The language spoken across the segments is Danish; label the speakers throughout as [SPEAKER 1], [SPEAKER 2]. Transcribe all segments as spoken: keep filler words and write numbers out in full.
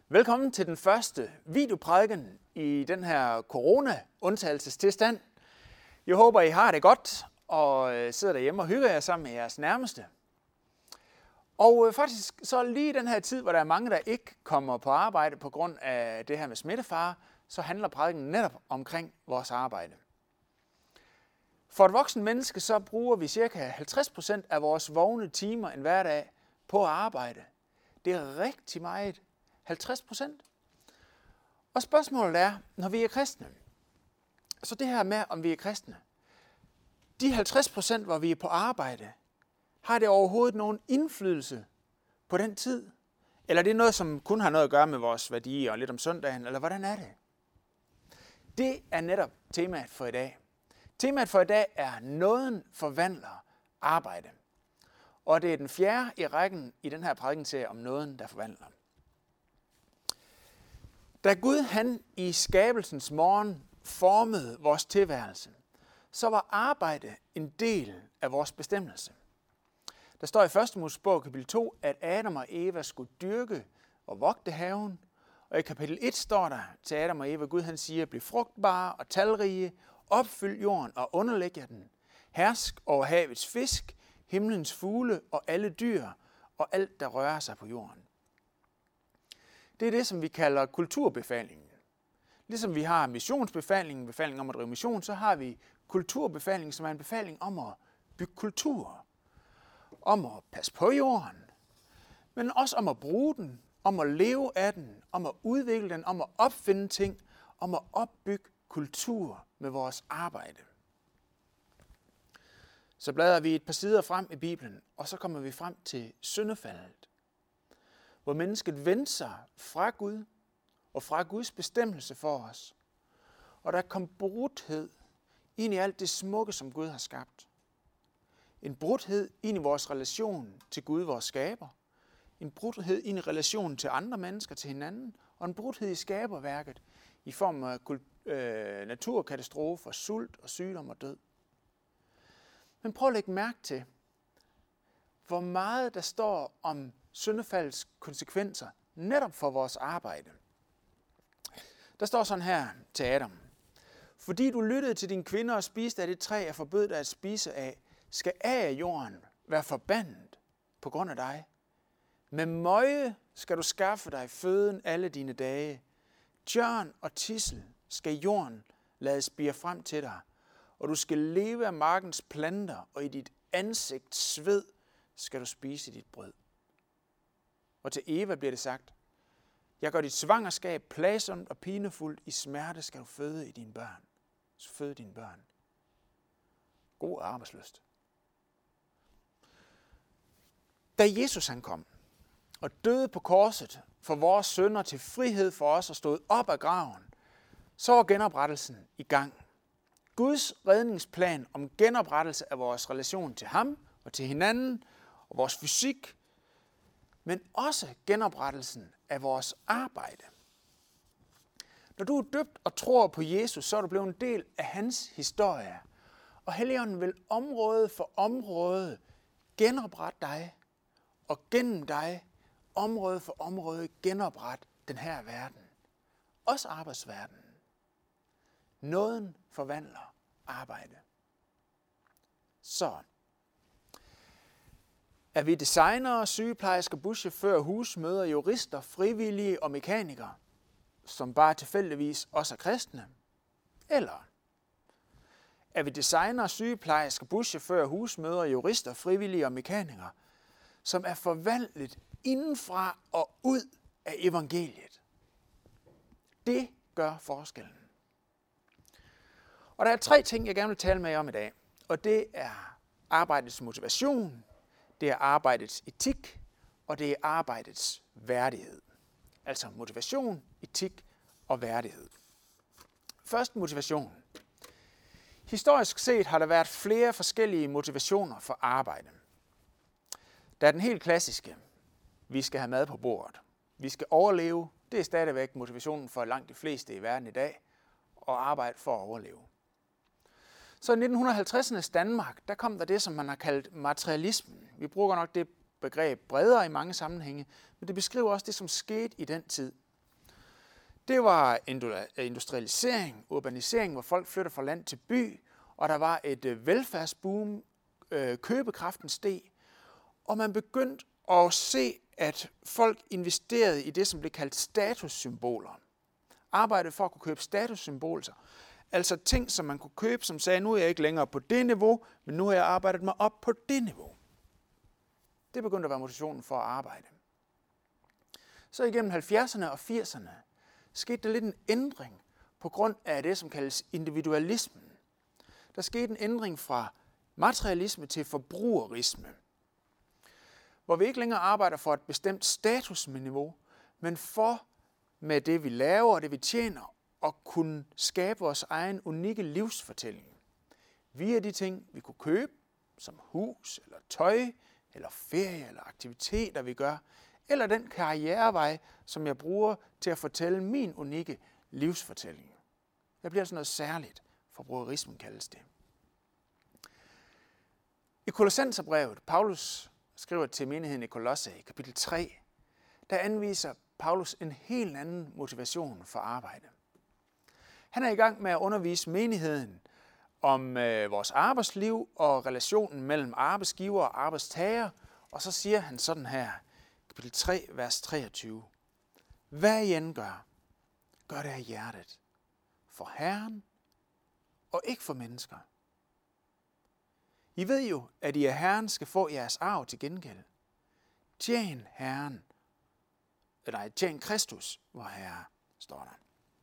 [SPEAKER 1] Velkommen til den første videoprædiken i den her corona-undtagelsestilstand. Jeg håber, I har det godt og sidder derhjemme og hygger jer sammen med jeres nærmeste. Og faktisk så lige i den her tid, hvor der er mange, der ikke kommer på arbejde på grund af det her med smittefare, så handler prædiken netop omkring vores arbejde. For et voksen menneske så bruger vi ca. halvtreds procent af vores vågne timer en hverdag på at arbejde. Det er rigtig meget. halvtreds procent. Og spørgsmålet er, når vi er kristne, så det her med, om vi er kristne, de halvtreds procent, hvor vi er på arbejde, har det overhovedet nogen indflydelse på den tid? Eller er det noget, som kun har noget at gøre med vores værdier og lidt om søndagen, eller hvordan er det? Det er netop temaet for i dag. Temaet for i dag er nåden forvandler arbejde. Og det er den fjerde i rækken i den her prædikenserie om nåden, der forvandler. Da Gud han i skabelsens morgen formede vores tilværelse, så var arbejde en del af vores bestemmelse. Der står i første Mosebog kapitel to, at Adam og Eva skulle dyrke og vogte haven. Og i kapitel et står der til Adam og Eva, Gud han siger, bliv frugtbare og talrige, opfyld jorden og underlæg jer den. Hersk over havets fisk, himlens fugle og alle dyr og alt, der rører sig på jorden. Det er det, som vi kalder kulturbefalingen. Ligesom vi har missionsbefalingen, befalingen om at drive mission, så har vi kulturbefalingen, som er en befaling om at bygge kultur. Om at passe på jorden, men også om at bruge den, om at leve af den, om at udvikle den, om at opfinde ting, om at opbygge kultur med vores arbejde. Så bladrer vi et par sider frem i Bibelen, og så kommer vi frem til syndefaldet, hvor mennesket vendte sig fra Gud og fra Guds bestemmelse for os. Og der kom brudhed ind i alt det smukke, som Gud har skabt. En brudhed ind i vores relation til Gud, vores skaber. En brudhed ind i relationen til andre mennesker, til hinanden. Og en brudhed i skaberværket i form af øh, naturkatastrofer, sult og sygdom og død. Men prøv at lægge mærke til, hvor meget der står om syndefaldets konsekvenser netop for vores arbejde. Der står sådan her til Adam. Fordi du lyttede til din kvinde og spiste af det træ, jeg forbød dig at spise af, skal af jorden være forbandet på grund af dig. Med møje skal du skaffe dig føden alle dine dage. Tjørn og tidsel skal jorden lade spire frem til dig, og du skal leve af markens planter, og i dit ansigt sved skal du spise dit brød. Og til Eva bliver det sagt, jeg gør dit svangerskab plagsomt og pinefuldt, i smerte skal du føde i dine børn. Føde dine børn. God arbejdslyst. Da Jesus han kom og døde på korset for vores synder til frihed for os og stod op af graven, så var genoprettelsen i gang. Guds redningsplan om genoprettelse af vores relation til ham og til hinanden og vores fysik, men også genoprettelsen af vores arbejde. Når du er døbt og tror på Jesus, så er du blevet en del af hans historie. Og Helligånden vil område for område genoprette dig, og gennem dig, område for område, genoprette den her verden. Også arbejdsverdenen. Nåden forvandler arbejde. Så er vi designere, sygeplejersker, buschauffører, husmødre, jurister, frivillige og mekanikere, som bare tilfældigvis også er kristne? Eller er vi designere, sygeplejersker, buschauffører, husmødre, jurister, frivillige og mekanikere, som er forvandlet indenfra og ud af evangeliet? Det gør forskellen. Og der er tre ting, jeg gerne vil tale med jer om i dag. Og det er arbejdets motivation, det er arbejdets etik, og det er arbejdets værdighed. Altså motivation, etik og værdighed. Først motivation. Historisk set har der været flere forskellige motivationer for arbejde. Der er den helt klassiske. Vi skal have mad på bordet. Vi skal overleve. Det er stadigvæk motivationen for langt de fleste i verden i dag. Og arbejde for at overleve. Så i nitten halvtredsernes Danmark, der kom der det, som man har kaldt materialismen. Vi bruger nok det begreb bredere i mange sammenhænge, men det beskriver også det, som skete i den tid. Det var industrialisering, urbanisering, hvor folk flytter fra land til by, og der var et velfærdsboom, købekraften steg, og man begyndte at se, at folk investerede i det, som blev kaldt statussymboler. Arbejdede for at kunne købe statussymboler, altså ting, som man kunne købe, som sagde, nu er jeg ikke længere på det niveau, men nu har jeg arbejdet mig op på det niveau. Det begyndte at være motivationen for at arbejde. Så igennem halvfjerdserne og firserne skete der lidt en ændring på grund af det, som kaldes individualismen. Der skete en ændring fra materialisme til forbrugerisme, hvor vi ikke længere arbejder for et bestemt statusniveau, men for med det, vi laver og det, vi tjener, at kunne skabe vores egen unikke livsfortælling. Via de ting, vi kunne købe, som hus, eller tøj, eller ferie, eller aktiviteter, vi gør, eller den karrierevej, som jeg bruger til at fortælle min unikke livsfortælling. Jeg bliver altså noget særligt, forbrugerismen kaldes det. I Kolossenserbrevet, Paulus skriver til menigheden i Kolosse i kapitel tre, der anviser Paulus en helt anden motivation for arbejde. Han er i gang med at undervise menigheden om øh, vores arbejdsliv og relationen mellem arbejdsgiver og arbejdstager, og så siger han sådan her, kapitel tre, vers treogtyve. Hvad I end gør, gør det af hjertet, for Herren og ikke for mennesker. I ved jo, at I af Herren skal få jeres arv til gengæld. Tjen Herren, eller tjen Kristus, hvor Herre, står der.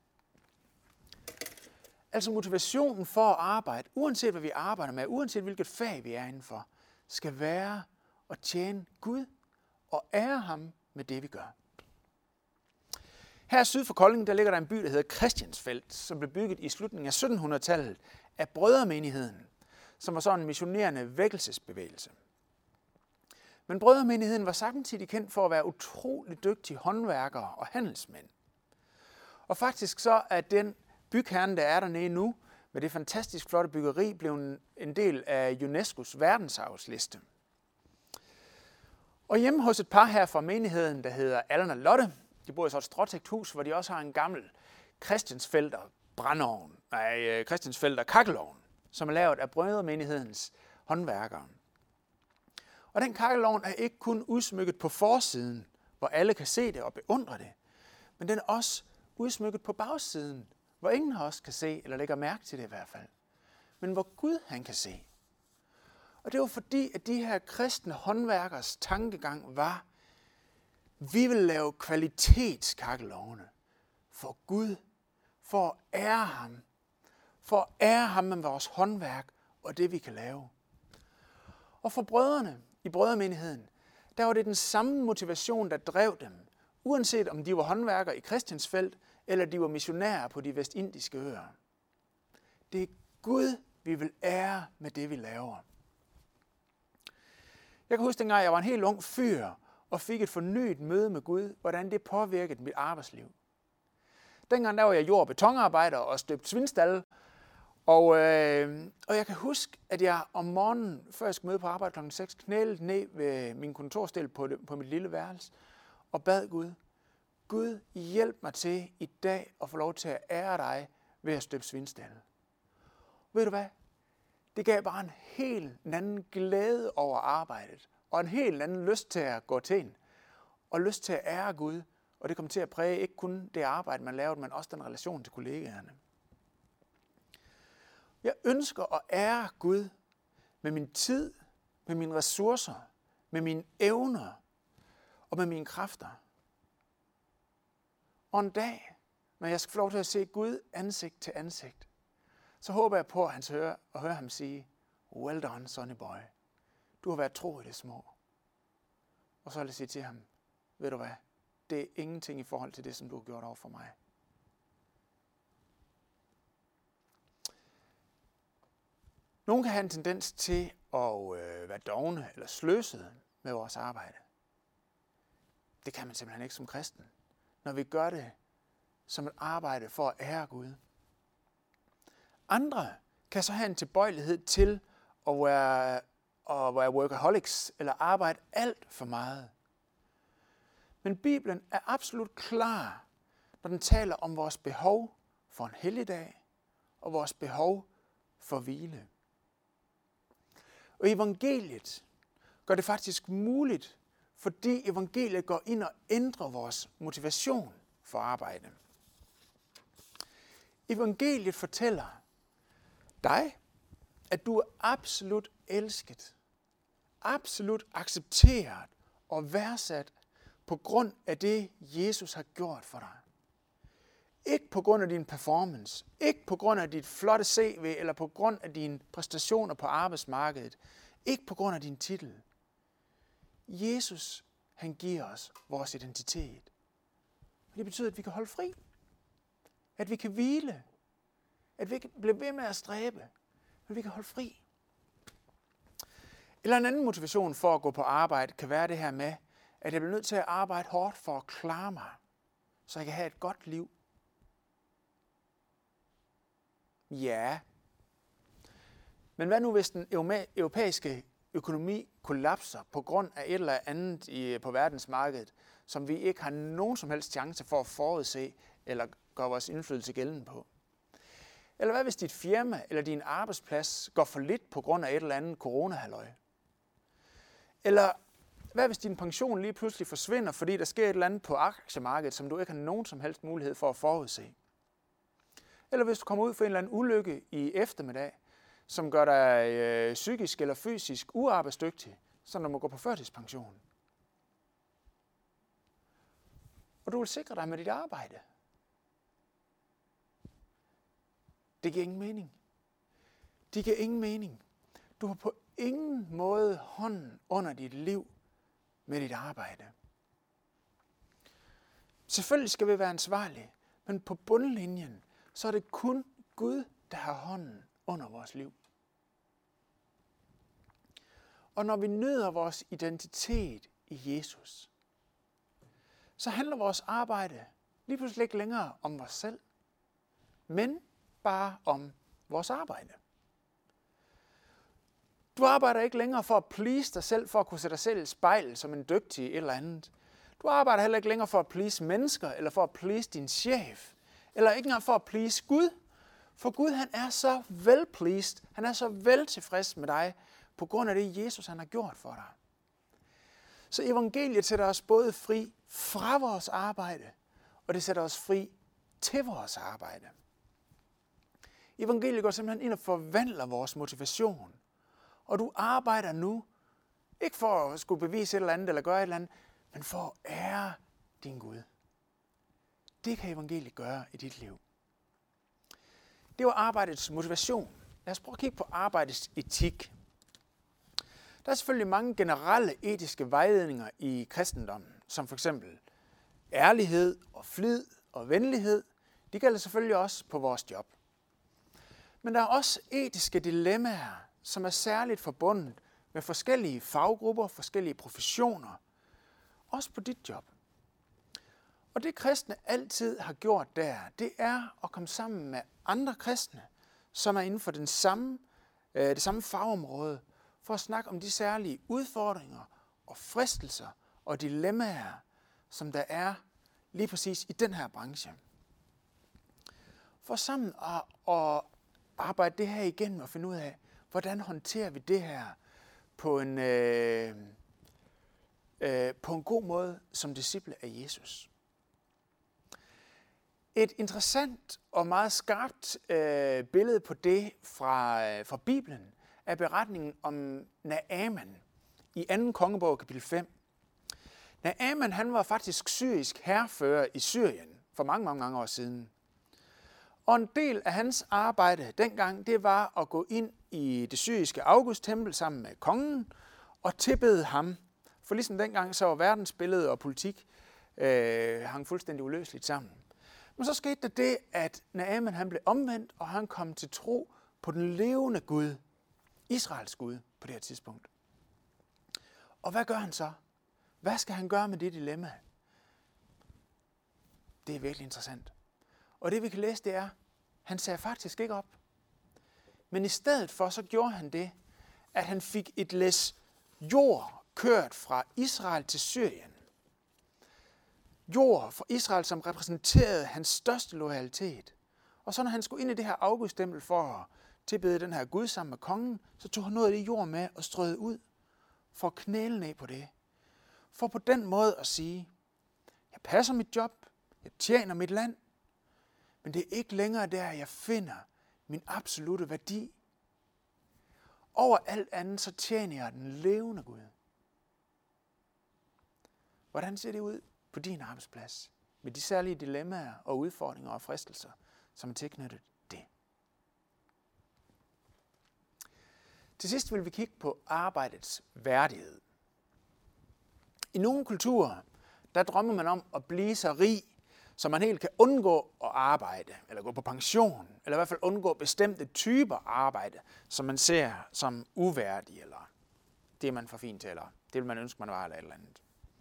[SPEAKER 1] Altså motivationen for at arbejde, uanset hvad vi arbejder med, uanset hvilket fag vi er indenfor, skal være at tjene Gud og ære ham med det, vi gør. Her syd for Kolding, der ligger der en by, der hedder Christiansfeld, som blev bygget i slutningen af syttenhundredetallet af brødremenigheden, som var sådan en missionerende vækkelsesbevægelse. Men brødremenigheden var samtidig kendt for at være utrolig dygtige håndværkere og handelsmænd. Og faktisk så er den bygherren, der er dernede nu, med det fantastisk flotte byggeri, blev en del af UNESCO's verdensarvsliste. Og hjemme hos et par her fra menigheden, der hedder Allan og Lotte, de bor i så et stråtægt hus, hvor de også har en gammel Christiansfelder brændeovn, nej, Christiansfelder kakkelovn, som er lavet af brødremenighedens håndværkere. Og den kakkelovn er ikke kun udsmykket på forsiden, hvor alle kan se det og beundre det, men den er også udsmykket på bagsiden, hvor ingen af os kan se, eller lægger mærke til det i hvert fald, men hvor Gud han kan se. Og det var fordi, at de her kristne håndværkers tankegang var, vi vil lave kvalitetskakkelovne for Gud, for at ære ham, for at ære ham med vores håndværk og det, vi kan lave. Og for brødrene i brødremenigheden, der var det den samme motivation, der drev dem, uanset om de var håndværkere i Christiansfeld, eller de var missionærer på de vestindiske øer. Det er Gud, vi vil ære med det, vi laver. Jeg kan huske, dengang jeg var en helt ung fyr, og fik et fornyet møde med Gud, hvordan det påvirkede mit arbejdsliv. Dengang der var jeg jord- og betonarbejder og støbte svindstalde, og, øh, og jeg kan huske, at jeg om morgenen, før jeg skulle møde på arbejde klokken seks, knælede ned ved min kontorstil på, det, på mit lille værelse, og bad Gud, Gud hjælp mig til i dag at få lov til at ære dig ved at støbe svindstalde. Ved du hvad? Det gav bare en helt anden glæde over arbejdet, og en helt anden lyst til at gå til en, og lyst til at ære Gud, og det kom til at præge ikke kun det arbejde, man lavede, men også den relation til kollegaerne. Jeg ønsker at ære Gud med min tid, med mine ressourcer, med mine evner og med mine kræfter. Og en dag, når jeg skal få lov til at se Gud ansigt til ansigt, så håber jeg på, at han hører, at høre ham sige, well done, sonny boy. Du har været tro i det små. Og så vil jeg sige til ham, ved du hvad, det er ingenting i forhold til det, som du har gjort over for mig. Nogle kan have en tendens til at øh, være dovne eller sløsede med vores arbejde. Det kan man simpelthen ikke som kristen, når vi gør det som et arbejde for at ære Gud. Andre kan så have en tilbøjelighed til at være, at være workaholics eller arbejde alt for meget. Men Bibelen er absolut klar, når den taler om vores behov for en helligdag og vores behov for hvile. Og evangeliet gør det faktisk muligt, fordi evangeliet går ind og ændrer vores motivation for arbejde. Evangeliet fortæller dig, at du er absolut elsket, absolut accepteret og værdsat på grund af det, Jesus har gjort for dig. Ikke på grund af din performance, ikke på grund af dit flotte C V eller på grund af dine præstationer på arbejdsmarkedet, ikke på grund af din titel. Jesus, han giver os vores identitet. Og det betyder, at vi kan holde fri, at vi kan hvile, at vi kan blive ved med at stræbe, men vi kan holde fri. Eller en anden motivation for at gå på arbejde kan være det her med, at jeg bliver nødt til at arbejde hårdt for at klare mig, så jeg kan have et godt liv. Ja. Men hvad nu, hvis den europæiske økonomi kollapser på grund af et eller andet i, på verdensmarkedet, som vi ikke har nogen som helst chance for at forudse eller gøre vores indflydelse gældende på? Eller hvad hvis dit firma eller din arbejdsplads går for lidt på grund af et eller andet coronahalløj? Eller hvad hvis din pension lige pludselig forsvinder, fordi der sker et eller andet på aktiemarkedet, som du ikke har nogen som helst mulighed for at forudse? Eller hvis du kommer ud for en eller anden ulykke i eftermiddag, som gør dig øh, psykisk eller fysisk uarbejdsdygtig, så du må gå på førtidspension. Og du vil sikre dig med dit arbejde. Det giver ingen mening. Det giver ingen mening. Du har på ingen måde hånden under dit liv med dit arbejde. Selvfølgelig skal vi være ansvarlige, men på bundlinjen, så er det kun Gud, der har hånden under vores liv. Og når vi nyder vores identitet i Jesus, så handler vores arbejde lige pludselig ikke længere om os selv, men bare om vores arbejde. Du arbejder ikke længere for at please dig selv, for at kunne sætte dig selv i spejl som en dygtig et eller andet. Du arbejder heller ikke længere for at please mennesker, eller for at please din chef, eller ikke engang for at please Gud. For Gud, han er så velpleased, han er så vel tilfreds med dig, på grund af det, Jesus han har gjort for dig. Så evangeliet sætter os både fri fra vores arbejde, og det sætter os fri til vores arbejde. Evangeliet går simpelthen ind og forvandler vores motivation. Og du arbejder nu, ikke for at skulle bevise et eller andet, eller gøre et eller andet, men for at ære din Gud. Det kan evangeliet gøre i dit liv. Det var arbejdets motivation. Lad os prøve at kigge på arbejdets etik. Der er selvfølgelig mange generelle etiske vejledninger i kristendommen, som for eksempel ærlighed og flid og venlighed. De gælder selvfølgelig også på vores job. Men der er også etiske dilemmaer, som er særligt forbundet med forskellige faggrupper, forskellige professioner, også på dit job. Og det kristne altid har gjort der, det er at komme sammen med andre kristne, som er inden for den samme, øh, det samme fagområde, for at snakke om de særlige udfordringer og fristelser og dilemmaer, som der er lige præcis i den her branche. For sammen at, at arbejde det her igennem og finde ud af, hvordan håndterer vi det her på en, øh, øh, på en god måde som disciple af Jesus. Et interessant og meget skarpt øh, billede på det fra, øh, fra Bibelen er beretningen om Naaman i anden kongebog kapitel fem. Naaman han var faktisk syrisk hærfører i Syrien for mange, mange, mange år siden. Og en del af hans arbejde dengang, det var at gå ind i det syriske August-tempel sammen med kongen og tilbede ham. For ligesom dengang, så var verdensbillede og politik øh, hang fuldstændig uløseligt sammen. Men så skete der det, at Naaman han blev omvendt, og han kom til tro på den levende Gud, Israels Gud på det her tidspunkt. Og hvad gør han så? Hvad skal han gøre med det dilemma? Det er virkelig interessant. Og det vi kan læse, det er, han sagde faktisk ikke op. Men i stedet for, så gjorde han det, at han fik et læs jord kørt fra Israel til Syrien. jord for Israel, som repræsenterede hans største loyalitet. Og så når han skulle ind i det her afgudstempel for at tilbede den her Gud sammen med kongen, så tog han noget af det jord med og strøede ud for at knæle ned på det. For på den måde at sige, jeg passer mit job, jeg tjener mit land, men det er ikke længere der, jeg finder min absolute værdi. Over alt andet, så tjener jeg den levende Gud. Hvordan ser det ud på din arbejdsplads, med de særlige dilemmaer og udfordringer og fristelser, som er tilknyttet det? Til sidst vil vi kigge på arbejdets værdighed. I nogle kulturer, der drømmer man om at blive så rig, så man helt kan undgå at arbejde, eller gå på pension, eller i hvert fald undgå bestemte typer arbejde, som man ser som uværdige, eller det er man for fint til, eller det vil man ønske, man var, eller et eller andet.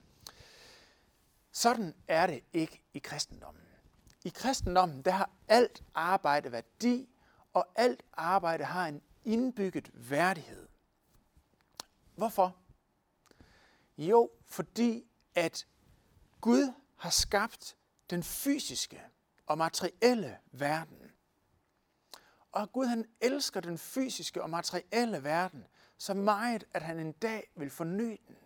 [SPEAKER 1] Sådan er det ikke i kristendommen. I kristendommen, der har alt arbejde værdi, og alt arbejde har en indbygget værdighed. Hvorfor? Jo, fordi at Gud har skabt den fysiske og materielle verden. Og Gud han elsker den fysiske og materielle verden så meget, at han en dag vil forny den.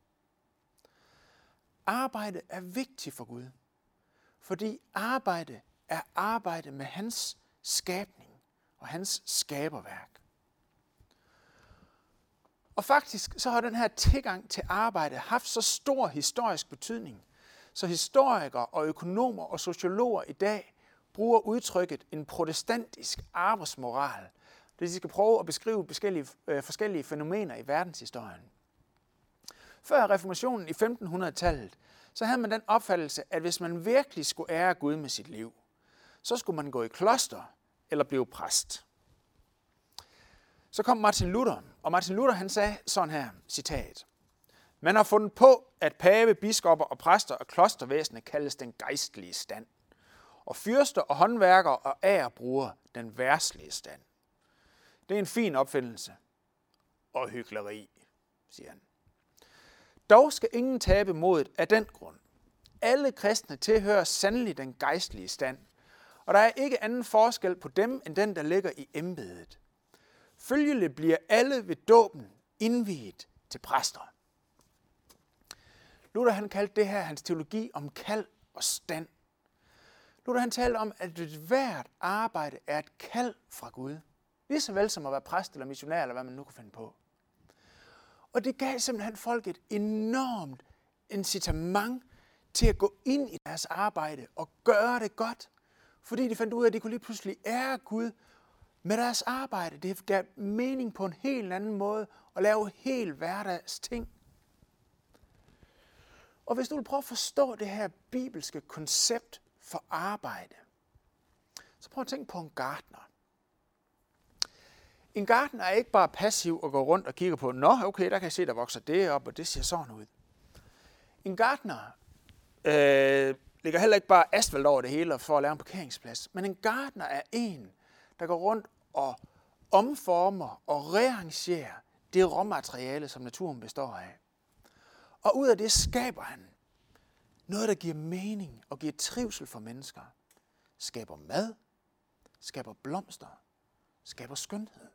[SPEAKER 1] Arbejde er vigtigt for Gud, fordi arbejde er arbejde med hans skabning og hans skaberværk. Og faktisk så har den her tilgang til arbejde haft så stor historisk betydning, så historikere og økonomer og sociologer i dag bruger udtrykket en protestantisk arbejdsmoral, det de skal prøve at beskrive forskellige, øh, forskellige fænomener i verdenshistorien. Før reformationen i femtenhundredetallet, så havde man den opfattelse, at hvis man virkelig skulle ære Gud med sit liv, så skulle man gå i kloster eller blive præst. Så kom Martin Luther, og Martin Luther han sagde sådan her, citat: Man har fundet på, at pave, biskopper og præster og klostervæsenet kaldes den gejstlige stand, og fyrster og håndværkere og agerbrugere den verdslige stand. Det er en fin opfindelse og hykleri, siger han. Dog skal ingen tabe modet af den grund. Alle kristne tilhører sandelig den gejstlige stand, og der er ikke anden forskel på dem, end den, der ligger i embedet. Følgelig bliver alle ved dåben indviet til præster. Luther han kaldte det her hans teologi om kald og stand. Luther han talte om, at et hvert arbejde er et kald fra Gud. Lige så vel som at være præst eller missionær, eller hvad man nu kan finde på. Og det gav simpelthen folk et enormt incitament til at gå ind i deres arbejde og gøre det godt. Fordi de fandt ud af, at de kunne lige pludselig ære Gud med deres arbejde. Det gav mening på en helt anden måde og lave helt hverdags ting. Og hvis du vil prøve at forstå det her bibelske koncept for arbejde, så prøv at tænke på en gartner. En gartner er ikke bare passiv og går rundt og kigger på, nå, okay, der kan jeg se, der vokser det op, og det ser sådan ud. En gartner øh, lægger heller ikke bare asfalt over det hele for at lave en parkeringsplads, men en gartner er en, der går rundt og omformer og rearrangerer det råmateriale, som naturen består af. Og ud af det skaber han noget, der giver mening og giver trivsel for mennesker. Skaber mad, skaber blomster, skaber skønhed.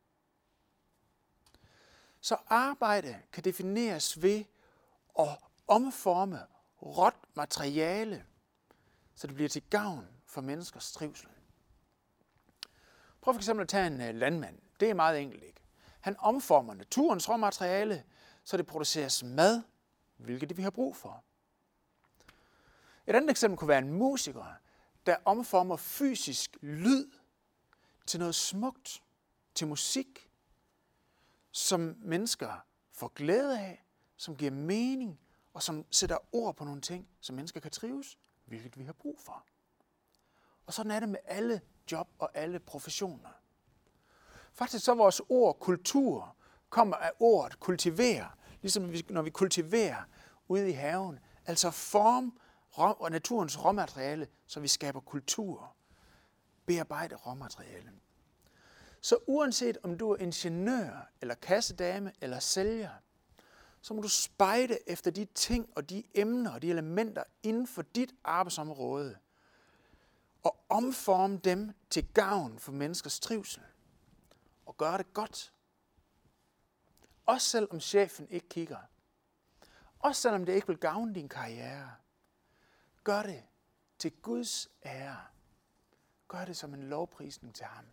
[SPEAKER 1] Så arbejde kan defineres ved at omforme råt materiale, så det bliver til gavn for menneskers trivsel. Prøv for eksempel at tage en landmand. Det er meget enkelt, ikke? Han omformer naturens råmateriale, så det produceres mad, hvilket vi har brug for. Et andet eksempel kunne være en musiker, der omformer fysisk lyd til noget smukt, til musik, som mennesker får glæde af, som giver mening, og som sætter ord på nogle ting, som mennesker kan trives, hvilket vi har brug for. Og sådan er det med alle job og alle professioner. Faktisk så vores ord kultur kommer af ordet kultivere, ligesom når vi kultiverer ude i haven, altså form og naturens råmateriale, så vi skaber kultur, bearbejde råmateriale. Så uanset om du er ingeniør, eller kassedame, eller sælger, så må du spejde efter de ting og de emner og de elementer inden for dit arbejdsområde, og omforme dem til gavn for menneskers trivsel, og gøre det godt. Også selvom chefen ikke kigger. Også selvom det ikke vil gavne din karriere. Gør det til Guds ære. Gør det som en lovprisning til ham.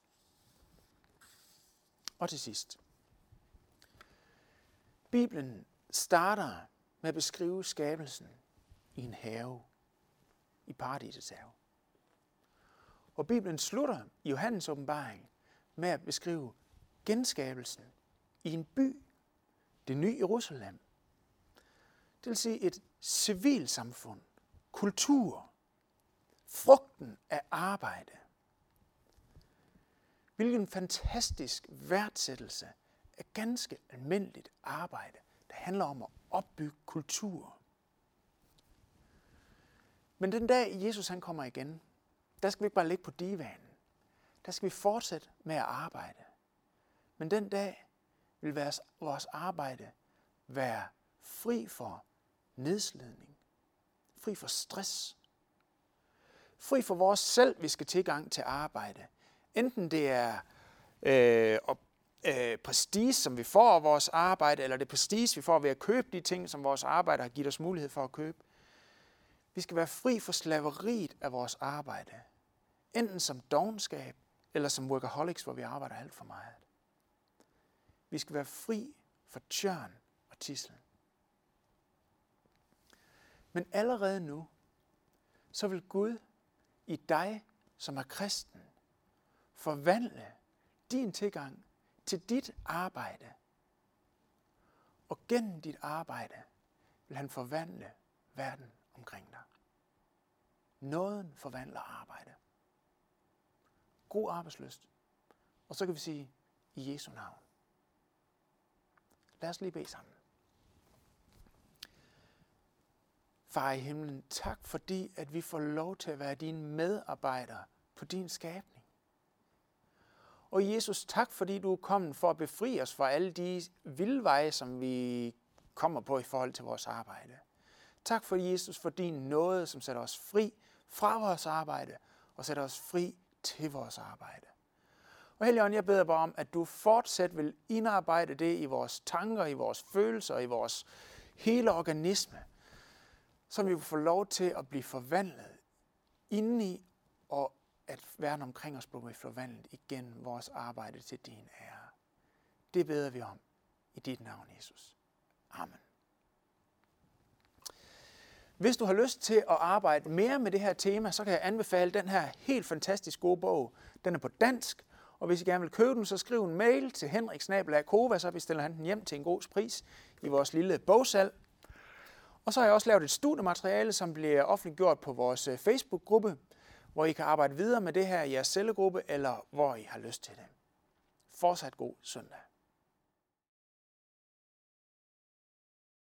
[SPEAKER 1] Og til sidst. Bibelen starter med at beskrive skabelsen i en have, i paradisets have. Og Bibelen slutter i Johannes åbenbaring med at beskrive genskabelsen i en by, det nye Jerusalem. Det vil sige et civilsamfund, kultur, frugten af arbejde. Hvilken fantastisk værdsættelse af ganske almindeligt arbejde, der handler om at opbygge kultur. Men den dag Jesus han kommer igen, der skal vi ikke bare ligge på divanen. Der skal vi fortsætte med at arbejde. Men den dag vil vores arbejde være fri for nedslidning, fri for stress, fri for vores selv, vi skal tilgang til arbejde. Enten det er øh, øh, prestige, som vi får af vores arbejde, eller det prestige, vi får ved at købe de ting, som vores arbejde har givet os mulighed for at købe. Vi skal være fri for slaveriet af vores arbejde. Enten som dovenskab, eller som workaholics, hvor vi arbejder alt for meget. Vi skal være fri for tjørn og tidsel. Men allerede nu, så vil Gud i dig, som er kristen, forvandle din tilgang til dit arbejde. Og gennem dit arbejde vil han forvandle verden omkring dig. Nåden forvandler arbejde. God arbejdslyst. Og så kan vi sige i Jesu navn. Lad os lige bede sammen. Far i himlen, tak fordi, at vi får lov til at være dine medarbejdere på din skabning. Og Jesus, tak fordi du er kommet for at befri os fra alle de vildveje, som vi kommer på i forhold til vores arbejde. Tak for Jesus, for din nåde, som sætter os fri fra vores arbejde og sætter os fri til vores arbejde. Og Helligånd, jeg beder bare om, at du fortsat vil indarbejde det i vores tanker, i vores følelser, i vores hele organisme, så vi vil få lov til at blive forvandlet indeni, og at verden omkring os bliver forvandlet igennem vores arbejde til din ære. Det beder vi om i dit navn, Jesus. Amen. Hvis du har lyst til at arbejde mere med det her tema, så kan jeg anbefale den her helt fantastisk gode bog. Den er på dansk, og hvis I gerne vil købe den, så skriv en mail til henrik snabel-a kova, så bestiller han den hjem til en god pris i vores lille bogsalg. Og så har jeg også lavet et studiemateriale, som bliver offentliggjort på vores Facebook-gruppe, hvor I kan arbejde videre med det her i jeres cellegruppe, eller hvor I har lyst til det. Fortsat god søndag.